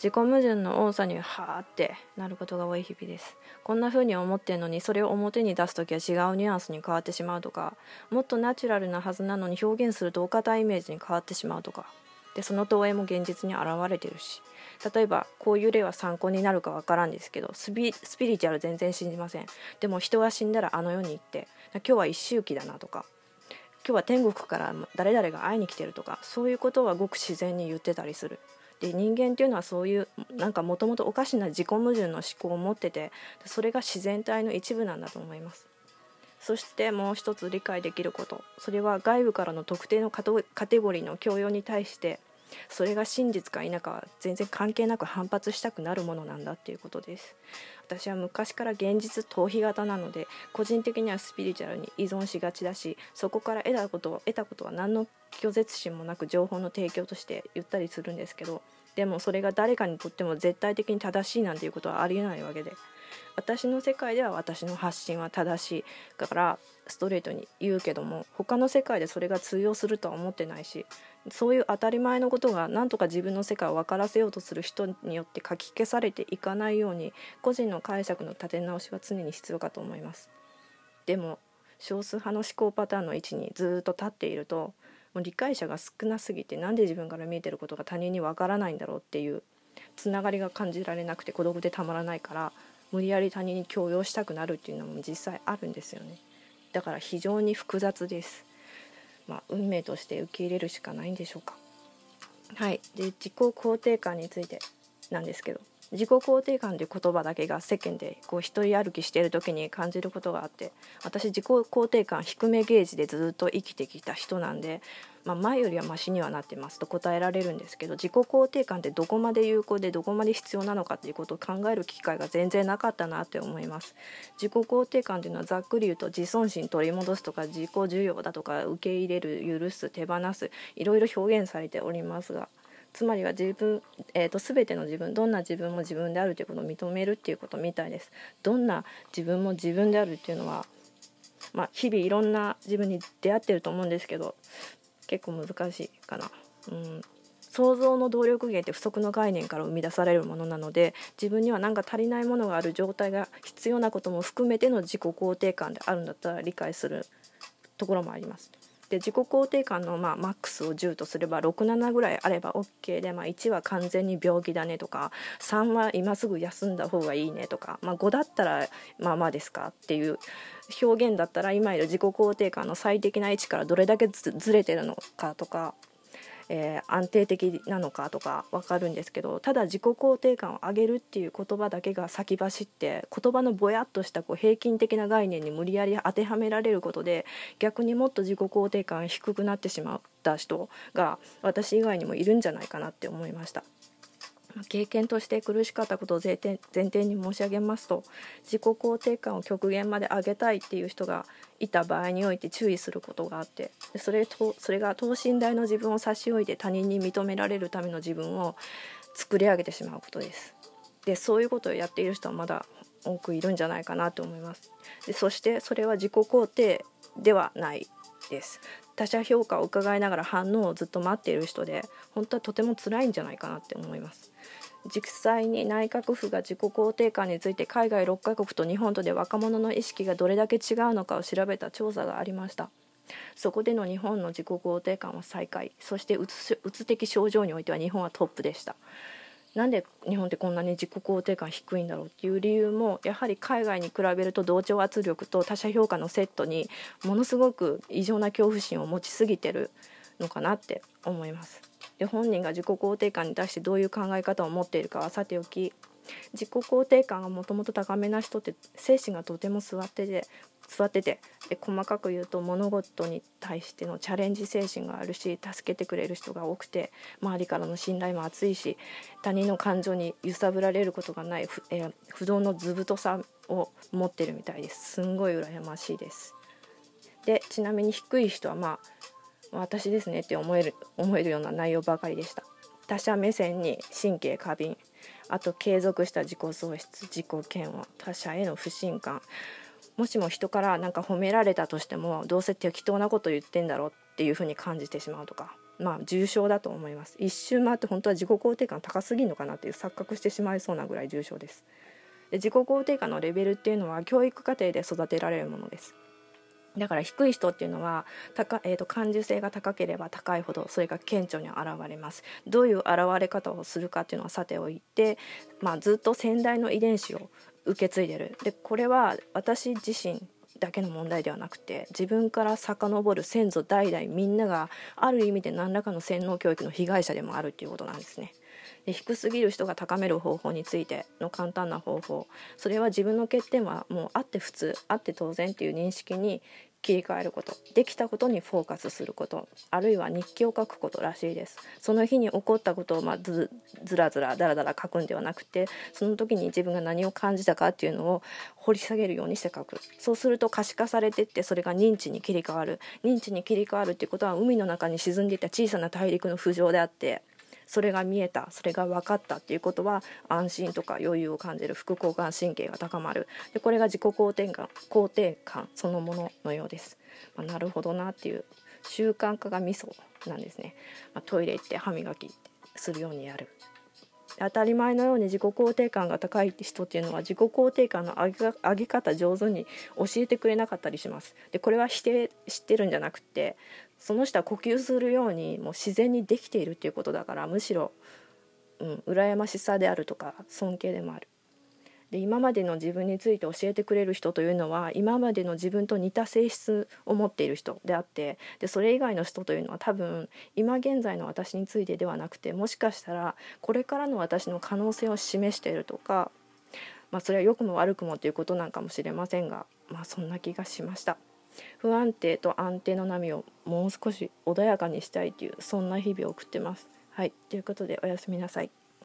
自己矛盾の多さにはーってなることが多い日々です。こんな風に思ってんのに、それを表に出すときは違うニュアンスに変わってしまうとか、もっとナチュラルなはずなのに表現するとお堅いイメージに変わってしまうとかで、その投影も現実に現れてるし、例えばこういう例は参考になるかわからんですけど、スピリチュアル全然信じません。でも人は死んだらあの世に行って、今日は一周期だなとか、今日は天国から誰々が会いに来てるとか、そういうことはごく自然に言ってたりする。で、人間っていうのはそういうもともとおかしな自己矛盾の思考を持ってて、それが自然体の一部なんだと思います。そしてもう一つ理解できること、それは外部からの特定のカテゴリーの強要に対して、それが真実か否かは全然関係なく反発したくなるものなんだっていうことです。私は昔から現実逃避型なので、個人的にはスピリチュアルに依存しがちだし、そこから得たことは何の拒絶心もなく情報の提供として言ったりするんですけど、でもそれが誰かにとっても絶対的に正しいなんていうことはありえないわけで、私の世界では私の発信は正しいからストレートに言うけども、他の世界でそれが通用するとは思ってないし、そういう当たり前のことが何とか自分の世界を分からせようとする人によってかき消されていかないように、個人の解釈の立て直しは常に必要かと思います。でも少数派の思考パターンの位置にずっと立っていると、もう理解者が少なすぎて、なんで自分から見えてることが他人に分からないんだろうっていうつながりが感じられなくて孤独でたまらないから、無理やり他人に強要したくなるっていうのも実際あるんですよね。だから非常に複雑です。運命として受け入れるしかないんでしょうか。はい。で、自己肯定感についてなんですけど、自己肯定感という言葉だけが世間で一人歩きしている時に感じることがあって、私自己肯定感低めゲージでずっと生きてきた人なんで、前よりはマシにはなってますと答えられるんですけど、自己肯定感ってどこまで有効でどこまで必要なのかっていうことを考える機会が全然なかったなって思います。自己肯定感というのはざっくり言うと、自尊心取り戻すとか、自己需要だとか、受け入れる、許す、手放す、いろいろ表現されておりますが、つまりは全ての自分、どんな自分も自分であるということを認めるっていうことみたいです。どんな自分も自分であるっていうのは、日々いろんな自分に出会ってると思うんですけど、結構難しいかな。想像の動力源って不足の概念から生み出されるものなので、自分には何か足りないものがある状態が必要なことも含めての自己肯定感であるんだったら理解するところもあります。で、自己肯定感のマックスを10とすれば6、7ぐらいあれば OK で、1は完全に病気だねとか、3は今すぐ休んだ方がいいねとか、5だったらまあですかっていう表現だったら、今いる自己肯定感の最適な位置からどれだけずれてるのかとか、安定的なのかとか分かるんですけど、ただ自己肯定感を上げるっていう言葉だけが先走って、言葉のぼやっとした平均的な概念に無理やり当てはめられることで、逆にもっと自己肯定感低くなってしまった人が私以外にもいるんじゃないかなって思いました。経験として苦しかったことを前提に申し上げますと、自己肯定感を極限まで上げたいっていう人がいた場合において注意することがあって、それが等身大の自分を差し置いて他人に認められるための自分を作り上げてしまうことです。で、そういうことをやっている人はまだ多くいるんじゃないかなと思います。で、そしてそれは自己肯定ではないです。他者評価を伺いながら反応をずっと待っている人で、本当はとても辛いんじゃないかなって思います。実際に内閣府が自己肯定感について海外6カ国と日本とで若者の意識がどれだけ違うのかを調べた調査がありました。そこでの日本の自己肯定感は最下位、そしてうつ的症状においては日本はトップでした。なんで日本ってこんなに自己肯定感低いんだろうっていう理由も、やはり海外に比べると同調圧力と他者評価のセットにものすごく異常な恐怖心を持ちすぎてるのかなって思います。で、本人が自己肯定感に対してどういう考え方を持っているかはさておき、自己肯定感がもともと高めな人って精神がとても座ってて、で、細かく言うと物事に対してのチャレンジ精神があるし、助けてくれる人が多くて、周りからの信頼も厚いし、他人の感情に揺さぶられることがない不動の図太さを持ってるみたいです。すんごい羨ましいです。で、ちなみに低い人は私ですねって思えるような内容ばかりでした。他者目線に神経過敏、あと継続した自己喪失、自己嫌悪、他者への不信感、もしも人から褒められたとしても、どうせ適当なこと言ってんだろうっていう風に感じてしまうとか、 重症だと思います。一周回って本当は自己肯定感高すぎるのかなっていう錯覚してしまいそうなぐらい重症です。で、自己肯定感のレベルっていうのは教育過程で育てられるものです。だから低い人っていうのは感受性が高ければ高いほどそれが顕著に現れます。どういう現れ方をするかっていうのはさておいて、ずっと先代の遺伝子を受け継いでる。でこれは私自身だけの問題ではなくて、自分から遡る先祖代々みんながある意味で何らかの洗脳教育の被害者でもあるっていうことなんですね。で、低すぎる人が高める方法についての簡単な方法、それは自分の欠点はもうあって普通、あって当然っていう認識に切り替えること、できたことにフォーカスすること、あるいは日記を書くことらしいです。その日に起こったことをずらずらだらだら書くんではなくて、その時に自分が何を感じたかっていうのを掘り下げるようにして書く。そうすると可視化されていって、それが認知に切り替わる。認知に切り替わるっていうことは、海の中に沈んでいた小さな大陸の浮上であって、それが見えた、それが分かったっていうことは安心とか余裕を感じる、副交感神経が高まる。でこれが自己肯定感そのもののようです。なるほどなっていう、習慣化がミソなんですね。トイレ行って歯磨きするようにやる。当たり前のように自己肯定感が高い人っていうのは自己肯定感の上げ方上手に教えてくれなかったりします。でこれは否定してるんじゃなくて、その人は呼吸するようにもう自然にできているっていうことだから、むしろ、羨ましさであるとか尊敬でもある。で今までの自分について教えてくれる人というのは今までの自分と似た性質を持っている人であって、でそれ以外の人というのは多分今現在の私についてではなくて、もしかしたらこれからの私の可能性を示しているとか、それは良くも悪くもということなんかもしれませんが、そんな気がしました。不安定と安定の波をもう少し穏やかにしたいという、そんな日々を送ってます。はい、ということでおやすみなさい。